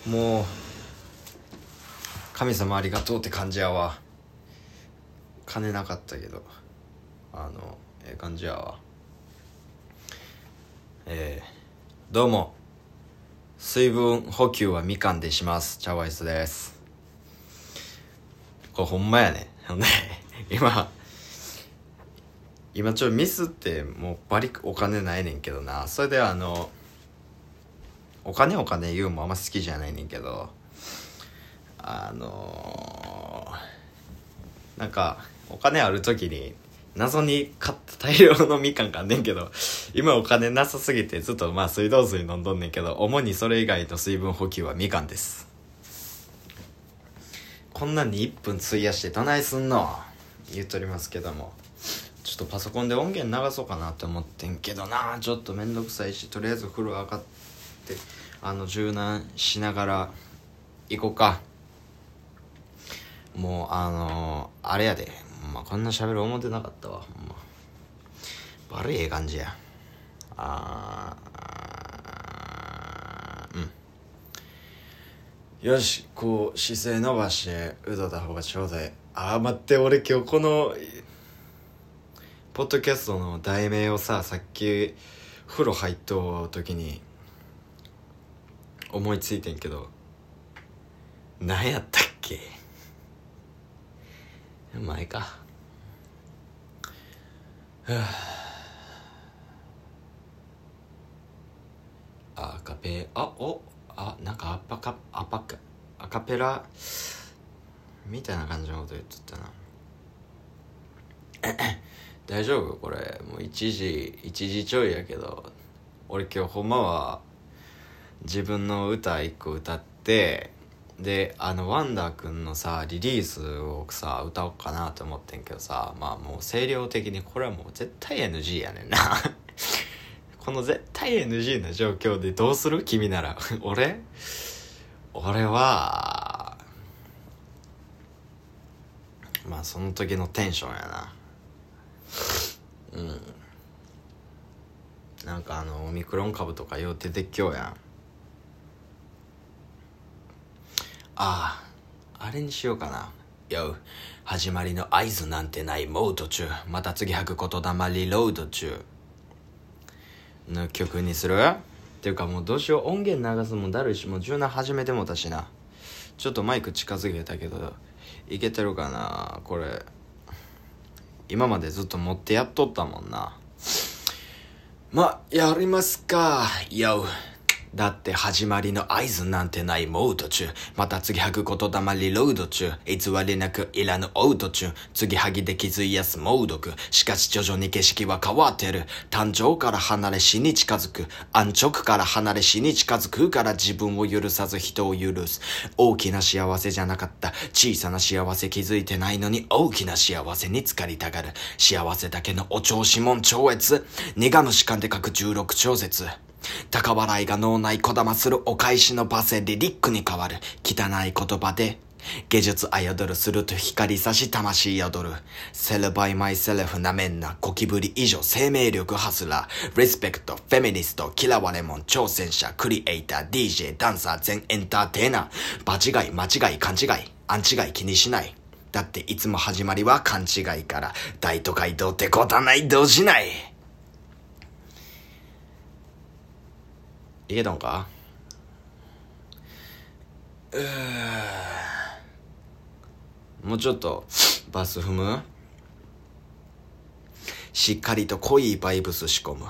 もう神様ありがとうって感じやわ。金なかったけど感じやわ。どうも、水分補給はみかんでします。チャワイスです。これほんまやね。今ちょっとミスってもうバリお金ないねんけどな。それでお金言うもあんま好きじゃないねんけど、なんかお金ある時に謎に買った大量のみかんがあんねんけど、今お金なさすぎてずっと水道水飲んどんねんけど、主にそれ以外の水分補給はみかんです。こんなんに1分費やしてどないすんの言っとりますけども、ちょっとパソコンで音源流そうかなって思ってんけどな。ちょっとめんどくさいし、とりあえず風呂上がって柔軟しながら行こうか。もうあれやで、こんな喋る思ってなかったわ。悪い感じや。よし、こう姿勢伸ばしてうどだ方がちょうどいい。待って、俺今日このポッドキャストの題名をさっき風呂入っとう時に思いついてんけど、何やったっけ。前か。アカペなんかアカペラみたいな感じのこと言っとったな。大丈夫これ。もう1時ちょいやけど、俺今日ほんまは自分の歌1個歌って、でワンダーくんのさリリースをさ歌おうかなと思ってんけどさ、もう声量的にこれはもう絶対 NG やねんな。この絶対 NG な状況でどうする君なら。俺はその時のテンションやな。なんかオミクロン株とかよう出てきようやん。あれにしようかな。始まりの合図なんてないモード中、また次吐く言霊リロード中の曲にする。っていうかもうどうしよう、音源流すもんだるいし、もう柔軟始めてもたしな。ちょっとマイク近づけたけどいけてるかな。これ今までずっと持ってやっとったもんな。やりますか。だって始まりの合図なんてないモード中、また次吐く言霊リロード中、偽りなくいらぬオート中、継ぎはぎで傷癒す猛毒。しかし徐々に景色は変わってる。誕生から離れ死に近づく、安直から離れ死に近づくから、自分を許さず人を許す。大きな幸せじゃなかった、小さな幸せ気づいてないのに大きな幸せに浸かりたがる。幸せだけのお調子もん超越、苦むしかんで書く16超絶。高笑いが脳内こだまするお返しの罵声リリックに変わる。汚い言葉で芸術あやどる、すると光差し魂宿る。セルバイマイセルフなめんな、ゴキブリ以上生命力ハスラー、リスペクトフェミニスト嫌われもん挑戦者クリエイター DJ ダンサー全エンターテイナー。場違い間違い勘違いアン違い気にしない。だっていつも始まりは勘違いから。大都会どうってことはないどうしない。いけたんか。もうちょっとバス踏む。しっかりと濃いバイブス仕込む。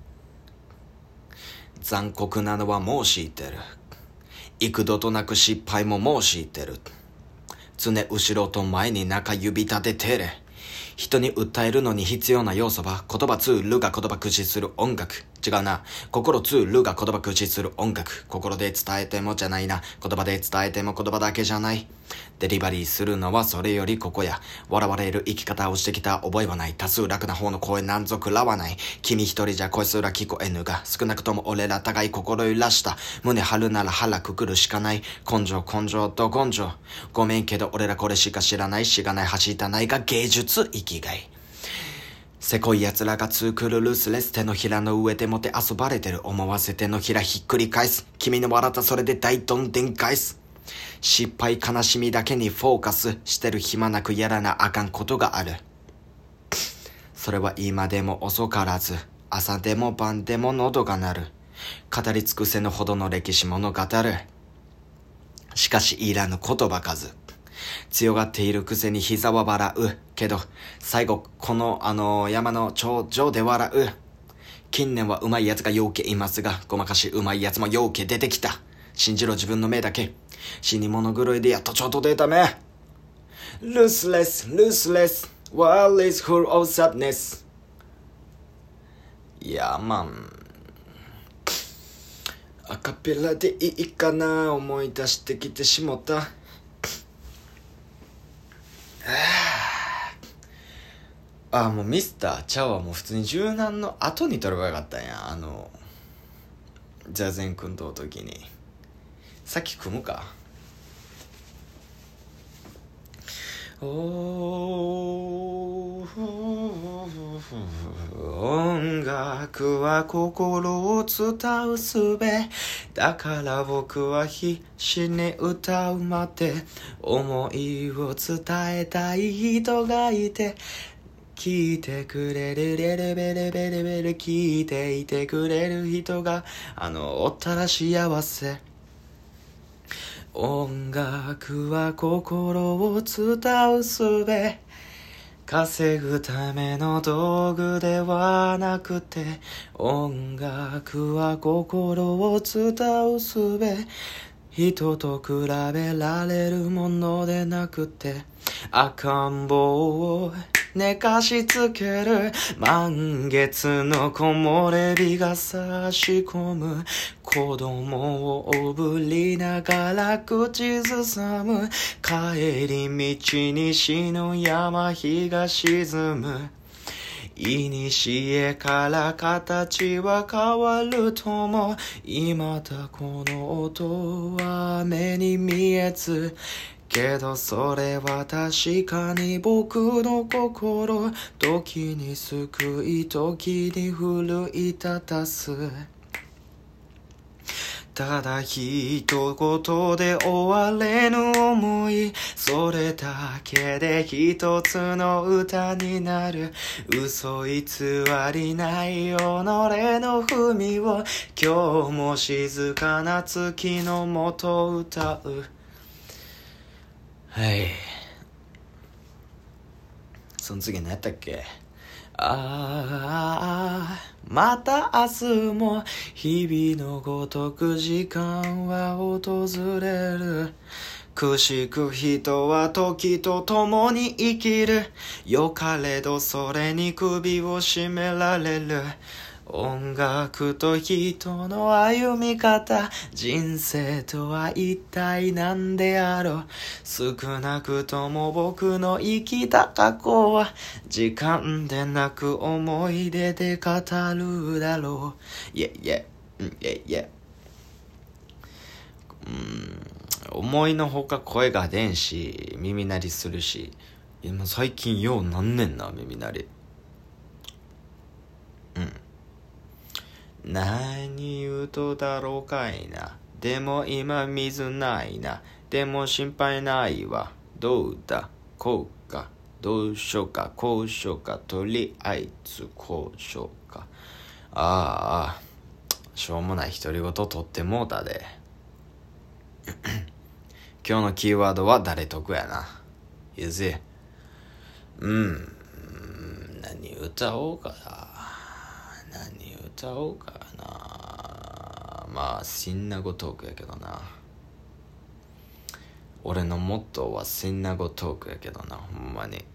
残酷なのはもう知ってる。幾度となく失敗ももう知ってる。常後ろと前に中指立ててれ。人に訴えるのに必要な要素は言葉ツールが言葉駆使する音楽。違うな。心ツールが言葉駆使する音楽。心で伝えてもじゃないな。言葉で伝えても言葉だけじゃない。デリバリーするのはそれよりここや。笑われる生き方をしてきた覚えはない。多数楽な方の声なんぞ食らわない。君一人じゃ声すら聞こえぬが、少なくとも俺ら互い心揺らした。胸張るなら腹くくるしかない。根性と根性。ごめんけど俺らこれしか知らない。しがない走ったないが芸術生きがい。 せこい奴らが作るルースレス、手のひらの上でもて遊ばれてる、思わせ手のひらひっくり返す、君の笑ったそれで大どんでん返す。失敗悲しみだけにフォーカスしてる暇なくやらなあかんことがある。それは今でも遅からず、朝でも晩でも喉が鳴る、語り尽くせぬほどの歴史物語る。しかしいらぬ言葉数、強がっているくせに膝は笑うけど、最後この山の頂上で笑う。近年はうまいやつがようけいますが、ごまかしうまいやつもようけ出てきた。信じろ自分の目だけ、死に物狂いでやっとちょっと出た目。 Ruthless, ruthless, world is full of sadness。 いやまんアカペラでいいかな、思い出してきてしもた。もうミスターちゃうわ、もう普通に柔軟の後に撮ればよかったんや。座禅組んどう時にさっき組むか。音楽は心を伝う術だから僕は必死に歌うまで、思いを伝えたい人がいて、聞いてくれるレレベレベレベレ、聞いていてくれる人がおったら幸せ。音楽は心を伝う術、稼ぐための道具ではなくて、音楽は心を伝う術、人と比べられるものでなくて、赤ん坊を寝かしつける満月の木漏れ日が差し込む、子供をおぶりながら口ずさむ、帰り道に西の山日が沈む、いにしえから形は変わるとも、未だこの音は目に見えず、けどそれは確かに僕の心、時に救い時に奮い立たす。ただ一言で終われぬ思い、それだけで一つの歌になる。嘘偽りない己の文を、今日も静かな月のもと歌う。はい。その次何やったっけ。また明日も日々のごとく時間は訪れる。くしく人は時と共に生きる。よかれどそれに首を絞められる。音楽と人の歩み方、人生とは一体何であろう。少なくとも僕の生きた過去は時間でなく思い出で語るだろう。思いのほか声が出んし、耳鳴りするし、今最近ようなんねんな、耳鳴り。何言うとだろうかいな。でも今水ないな。でも心配ないわ。どうだこうか、どうしようか、こうしようか、とりあえずこうしようか。しょうもない独り言取ってもうたで。今日のキーワードは誰得やな。ゆず何歌おうかな。何歌おうかな。まあシンナゴトークやけどな。俺のモットーはシンナゴトークやけどな。ほんまに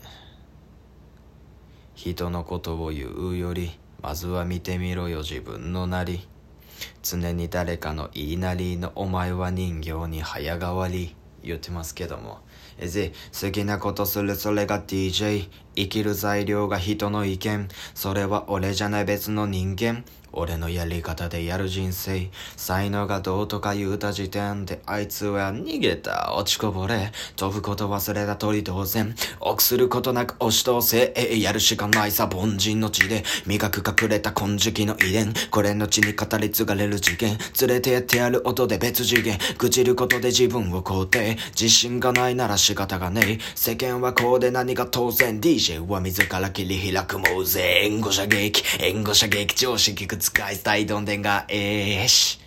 人のことを言うより、まずは見てみろよ自分のなり。常に誰かの言いなりのお前は人形に早変わり言ってますけども、好きなことする、それが DJ。 生きる材料が人の意見、それは俺じゃない別の人間。 俺のやり方でやる人生。才能がどうとか言うた時点であいつは逃げた落ちこぼれ。飛ぶこと忘れた鳥当然。臆することなく押し通せ。やるしかないさ凡人の地で。磨く隠れた金色の遺伝。これの地に語り継がれる事件。連れてやってやる音で別次元。愚痴ることで自分を肯定。自信がないなら仕方がねえ。世間はこうで何が当然。 DJ は自ら切り開くもうぜ。援護射撃常識覆す大どんでんがし。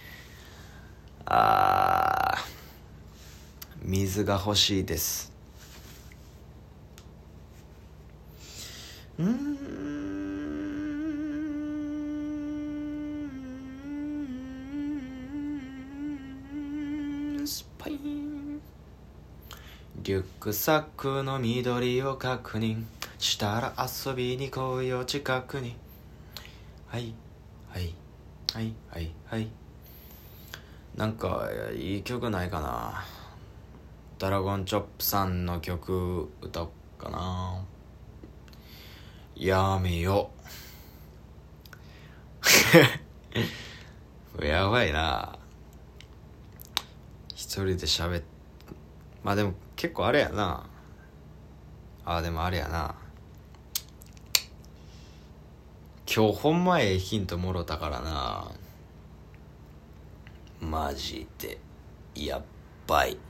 水が欲しいです。スパイン。リュックサックの緑を確認したら遊びに来いよ近くに。はいなんかいい曲ないかな。ドラゴンチョップさんの曲歌おうかな。やめよやばいな一人で喋っ。まあでも結構あれやな。でもあれやな、今日ほんまヒントもろたからな。マジでやっばい。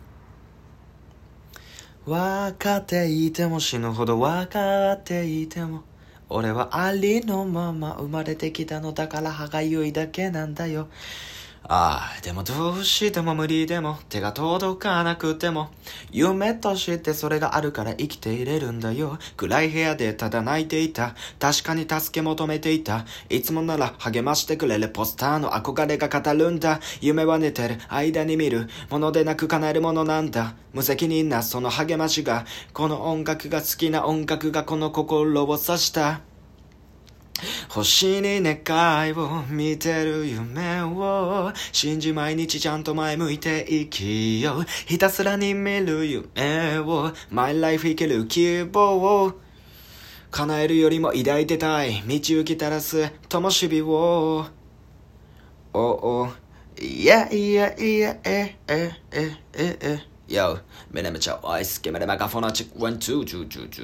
分かっていても死ぬほど分かっていても俺はありのまま生まれてきたのだから歯がゆいだけなんだよ。でもどうしても無理でも手が届かなくても夢としてそれがあるから生きていれるんだよ。暗い部屋でただ泣いていた。確かに助け求めていた。いつもなら励ましてくれるポスターの憧れが語るんだ。夢は寝てる間に見るものでなく叶えるものなんだ。無責任なその励ましがこの音楽が好きな音楽がこの心を刺した。星に願いを見てる夢を信じ毎日ちゃんと前向いて生きよう。ひたすらに見る夢を My life 生きる希望を叶えるよりも抱いてたい道行き照らす灯火を。Yo, meine mit ciao Eis, geh mir der Megafon check 1 2 2 2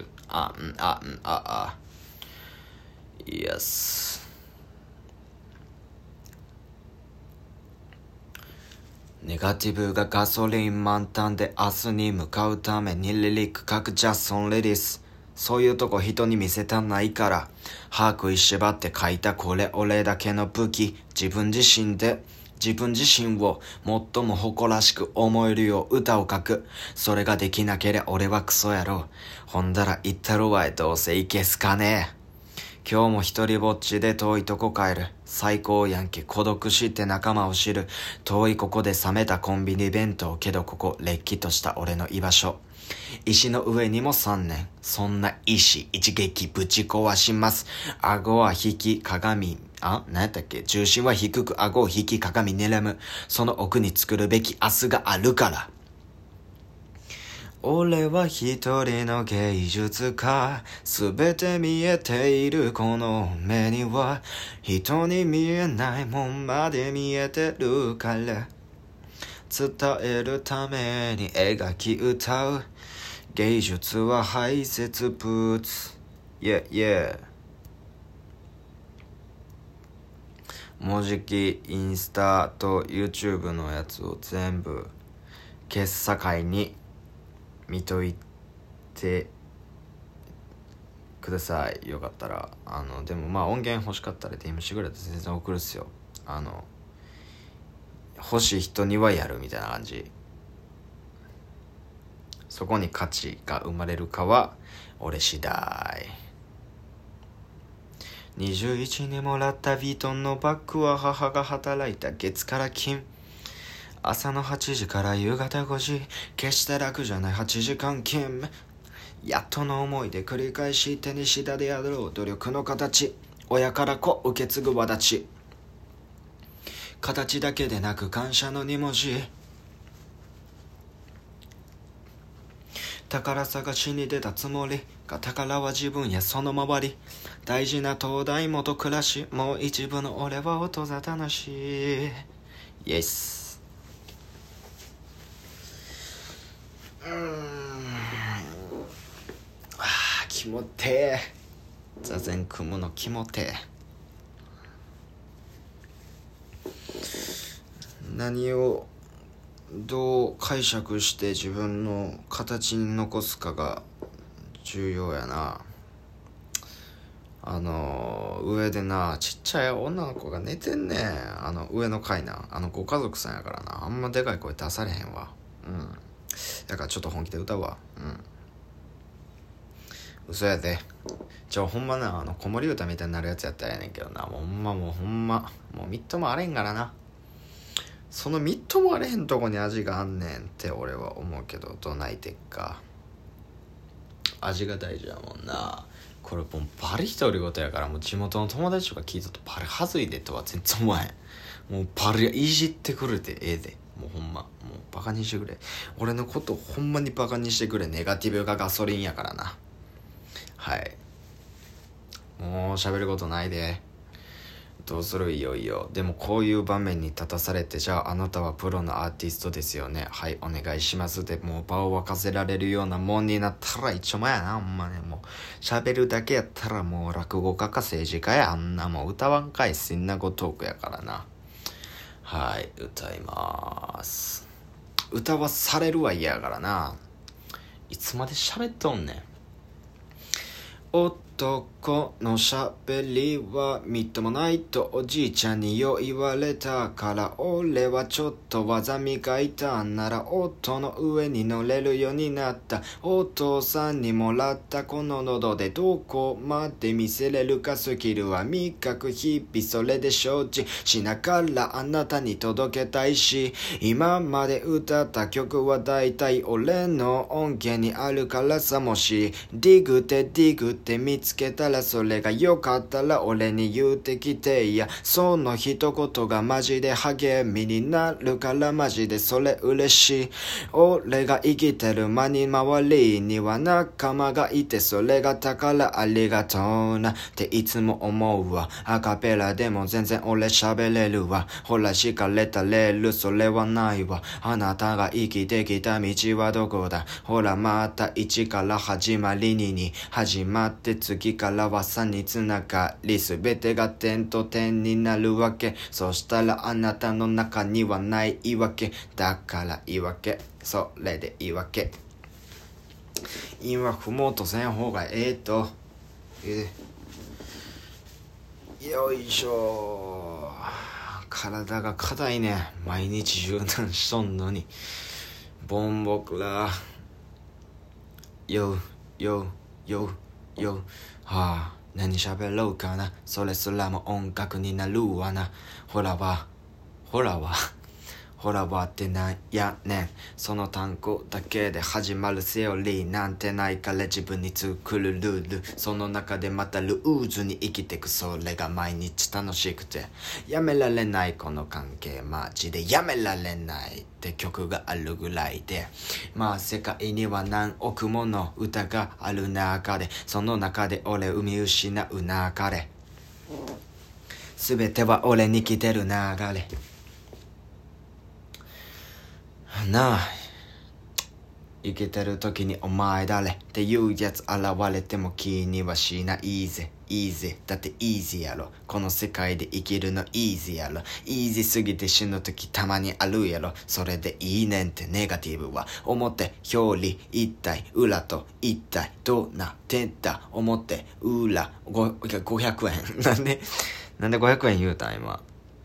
Yes。 ネガティブがガソリン満タンで明日に向かうためにリリック書くジャソンレディス。そういうとこ人に見せたないから歯食いしばって書いたこれ俺だけの武器。自分自身を最も誇らしく思えるよう歌を書く。それができなけりゃ俺はクソやろ。ほんだら言ったろわいどうせいけすかねえ。今日も一人ぼっちで遠いとこ帰る。最高やんけ孤独して仲間を知る。遠いここで冷めたコンビニ弁当けどここれっきとした俺の居場所。石の上にも3年そんな石一撃ぶち壊します。顎は引き鏡何やったっけ。重心は低く顎を引き鏡睨む。その奥に作るべき明日があるから。俺は一人の芸術家。すべて見えているこの目には人に見えないもんまで見えてるから伝えるために描き歌う。芸術は排泄物。もうじきインスタと YouTube のやつを全部決さかいに見といてください。よかったらでもまあ音源欲しかったら DM してくれたら全然送るっすよ。欲しい人にはやるみたいな感じ。そこに価値が生まれるかは俺次第。21にもらったヴィトンのバッグは母が働いた月から金。朝の8時から夕方5時決して楽じゃない8時間勤務。やっとの思いで繰り返し手にしたでやろう努力の形。親から子受け継ぐわだち。形だけでなく感謝の2文字。 宝探しに出たつもりが宝は自分やその周り大事な灯台もと暮らしもう一部の俺は音沙汰なしイエス気持てえ座禅組むの気持てえ何をどう解釈して自分の形に残すかが重要やな。上でなちっちゃい女の子が寝てんねん。上の階なご家族さんやからなあんまでかい声出されへんわ。だからちょっと本気で歌うわ。嘘やで。ほんまな子守歌みたいになるやつやったらやねんけどなもうほんまみっともあれへんからな。そのみっともあれへんとこに味があんねんって俺は思うけどどないてっか。味が大事やもんな。これもうバリ独り言やからもう地元の友達とか聞いたとバリはずいでとは全然思わへん。もうバリいじってくれてええで。もうほんまもうバカにしてくれ。俺のことほんまにバカにしてくれ。ネガティブがガソリンやからな。はいもう喋ることないで。どうするいよいよ。でもこういう場面に立たされてじゃああなたはプロのアーティストですよねはいお願いしますでもう場を沸かせられるようなもんになったら一丁前やなほんまね。もう喋るだけやったらもう落語家か政治家やあんなもう歌わんかいしんなごトークやからな。はい歌います。歌はされるは嫌やからな。いつまで喋っとんねん。男のしゃべりはみっともないとおじいちゃんによ言われたから俺はちょっと技磨いたんなら音の上に乗れるようになった。お父さんにもらったこの喉でどこまで見せれるかスキルは磨く日々それで承知しながらあなたに届けたいし今まで歌った曲は大体俺の音源にあるからさもしディグって見つけたらそれがよかったら俺に言うてきていやその一言がマジで励みになるからマジでそれ嬉しい。俺が生きてる間に周りには仲間がいてそれが宝ありがとうなっていつも思うわ。アカペラでも全然俺喋れるわ。ほら敷かれたレールそれはないわ。あなたが生きてきた道はどこだ。ほらまた1から始まり2に始まって次からは3につながり全てが点と点になるわけ。そしたらあなたの中にはない言い訳だから言い訳それで言い訳。韻は踏もうとせん方がええとよいしょ。体が硬いね毎日柔軟しとんのにボンボクラよはあ何喋ろうかなそれすらも音楽になるわな。ほらはってなんやねん。その単語だけで始まるセオリーなんてないから自分に作るルールその中でまたルーズに生きてくそれが毎日楽しくてやめられないこの関係マジでやめられないって曲があるぐらいでまあ世界には何億もの歌がある中でその中で俺を見失う中で全ては俺に来てる流れなあ生きてる時にお前誰っていうやつ現れても気にはしないぜだってイージーやろこの世界で生きるのイージーやろイージーすぎて死ぬ時たまにあるやろそれでいいねんってネガティブは表表裏一体裏と一体どうなってた表裏500円なんで500円言うたん今。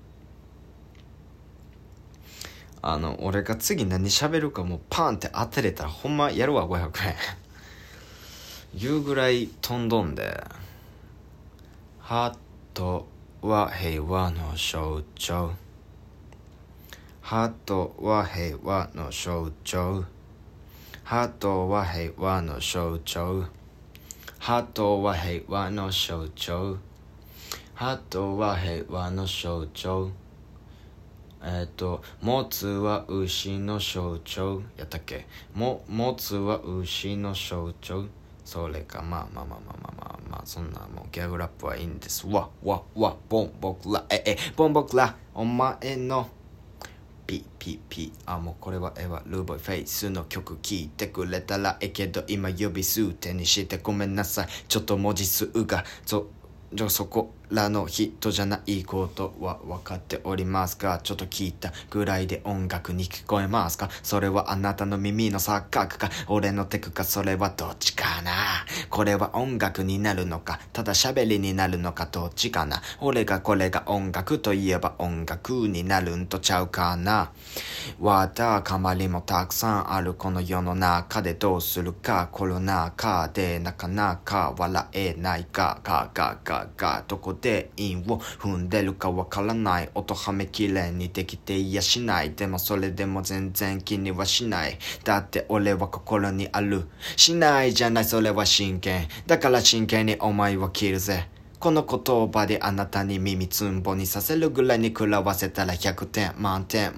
俺が次何喋るかもうパーンって当てれたらほんまやるわ500円言うぐらい飛んどんで。ハートは平和の象徴ハートは平和の象徴ハートは平和の象徴ハートは平和の象徴ハートは平和の象徴もつは牛の象徴やったっけ。もつは牛の象徴。それか、まあ、そんなもうギャグラップはいいんです。ボンボクラ、ボンボクラ、お前のピ。もうこれはルーボイフェイスの曲聴いてくれたらけど今呼び数手にしてごめんなさい。ちょっと文字数がそこらの人じゃないことは分かっておりますが、ちょっと聞いたぐらいで音楽に聞こえますか？それはあなたの耳の錯覚か俺のテクか、それはどっちかな。これは音楽になるのかただ喋りになるのか、どっちかな。これが音楽といえば音楽になるんとちゃうかな。わたかまりもたくさんあるこの世の中でどうするか。コロナ禍でなかなか笑えないか。どこで韻を踏んでるかわからない。音はめきれいにできていやしない。でもそれでも全然気にはしない。だって俺は心にある。しないじゃない、それは真剣だから真剣にお前は切るぜ。この言葉であなたに耳つんぼにさせるぐらいに食らわせたら100点満点。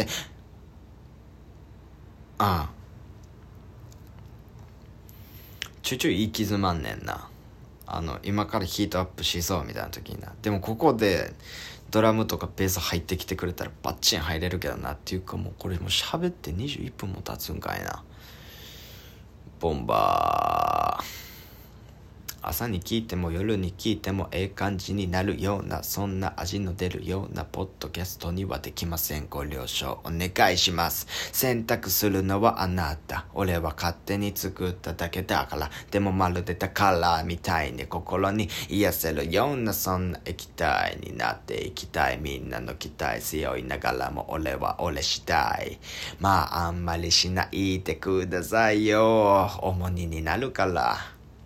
ちょい言い気詰まんねんな。今からヒートアップしそうみたいな時にな。でもここでドラムとかベース入ってきてくれたらバッチン入れるけどな。っていうかもうこれもう喋って21分も経つんかいな。ボンバー。朝に聞いても夜に聞いても感じになるような、そんな味の出るようなポッドキャストにはできません。ご了承お願いします。選択するのはあなた。俺は勝手に作っただけだから。でもまるで宝みたいに心に癒せるような、そんな液体になっていきたい。みんなの期待強いながらも俺は俺次第。あんまりしないでくださいよ。重荷になるから。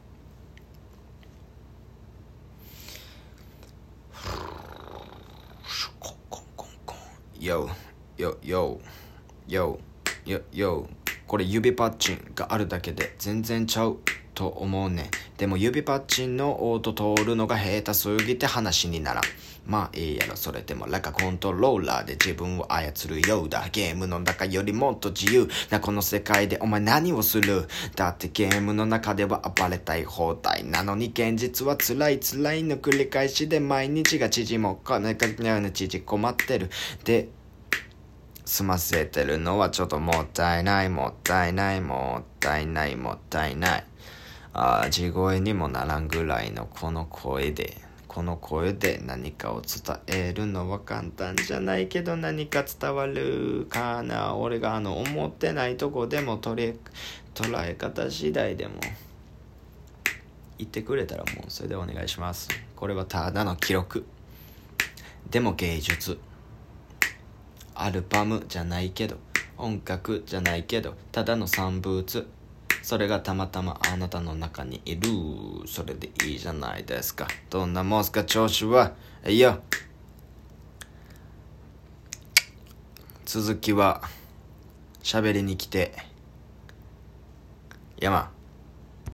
よこれ指パッチンがあるだけで全然ちゃうと思うね。でも指パッチンの音通るのが下手すぎて話にならん。いいやろそれでもなんかコントローラーで自分を操るようだ。ゲームの中よりもっと自由なこの世界でお前何をする？だってゲームの中では暴れたい放題なのに、現実は辛いの繰り返しで毎日が縮こまってるで済ませてるのはちょっともったいない。地声にもならんぐらいのこの声で何かを伝えるのは簡単じゃないけど何か伝わるかな。俺が思ってないとこでも捉え方次第でも言ってくれたらもうそれでお願いします。これはただの記録でも芸術、アルバムじゃないけど音楽じゃないけどただの産物、それがたまたまあなたの中にいる。それでいいじゃないですか。どんなもんすか調子は。続きは喋りに来て。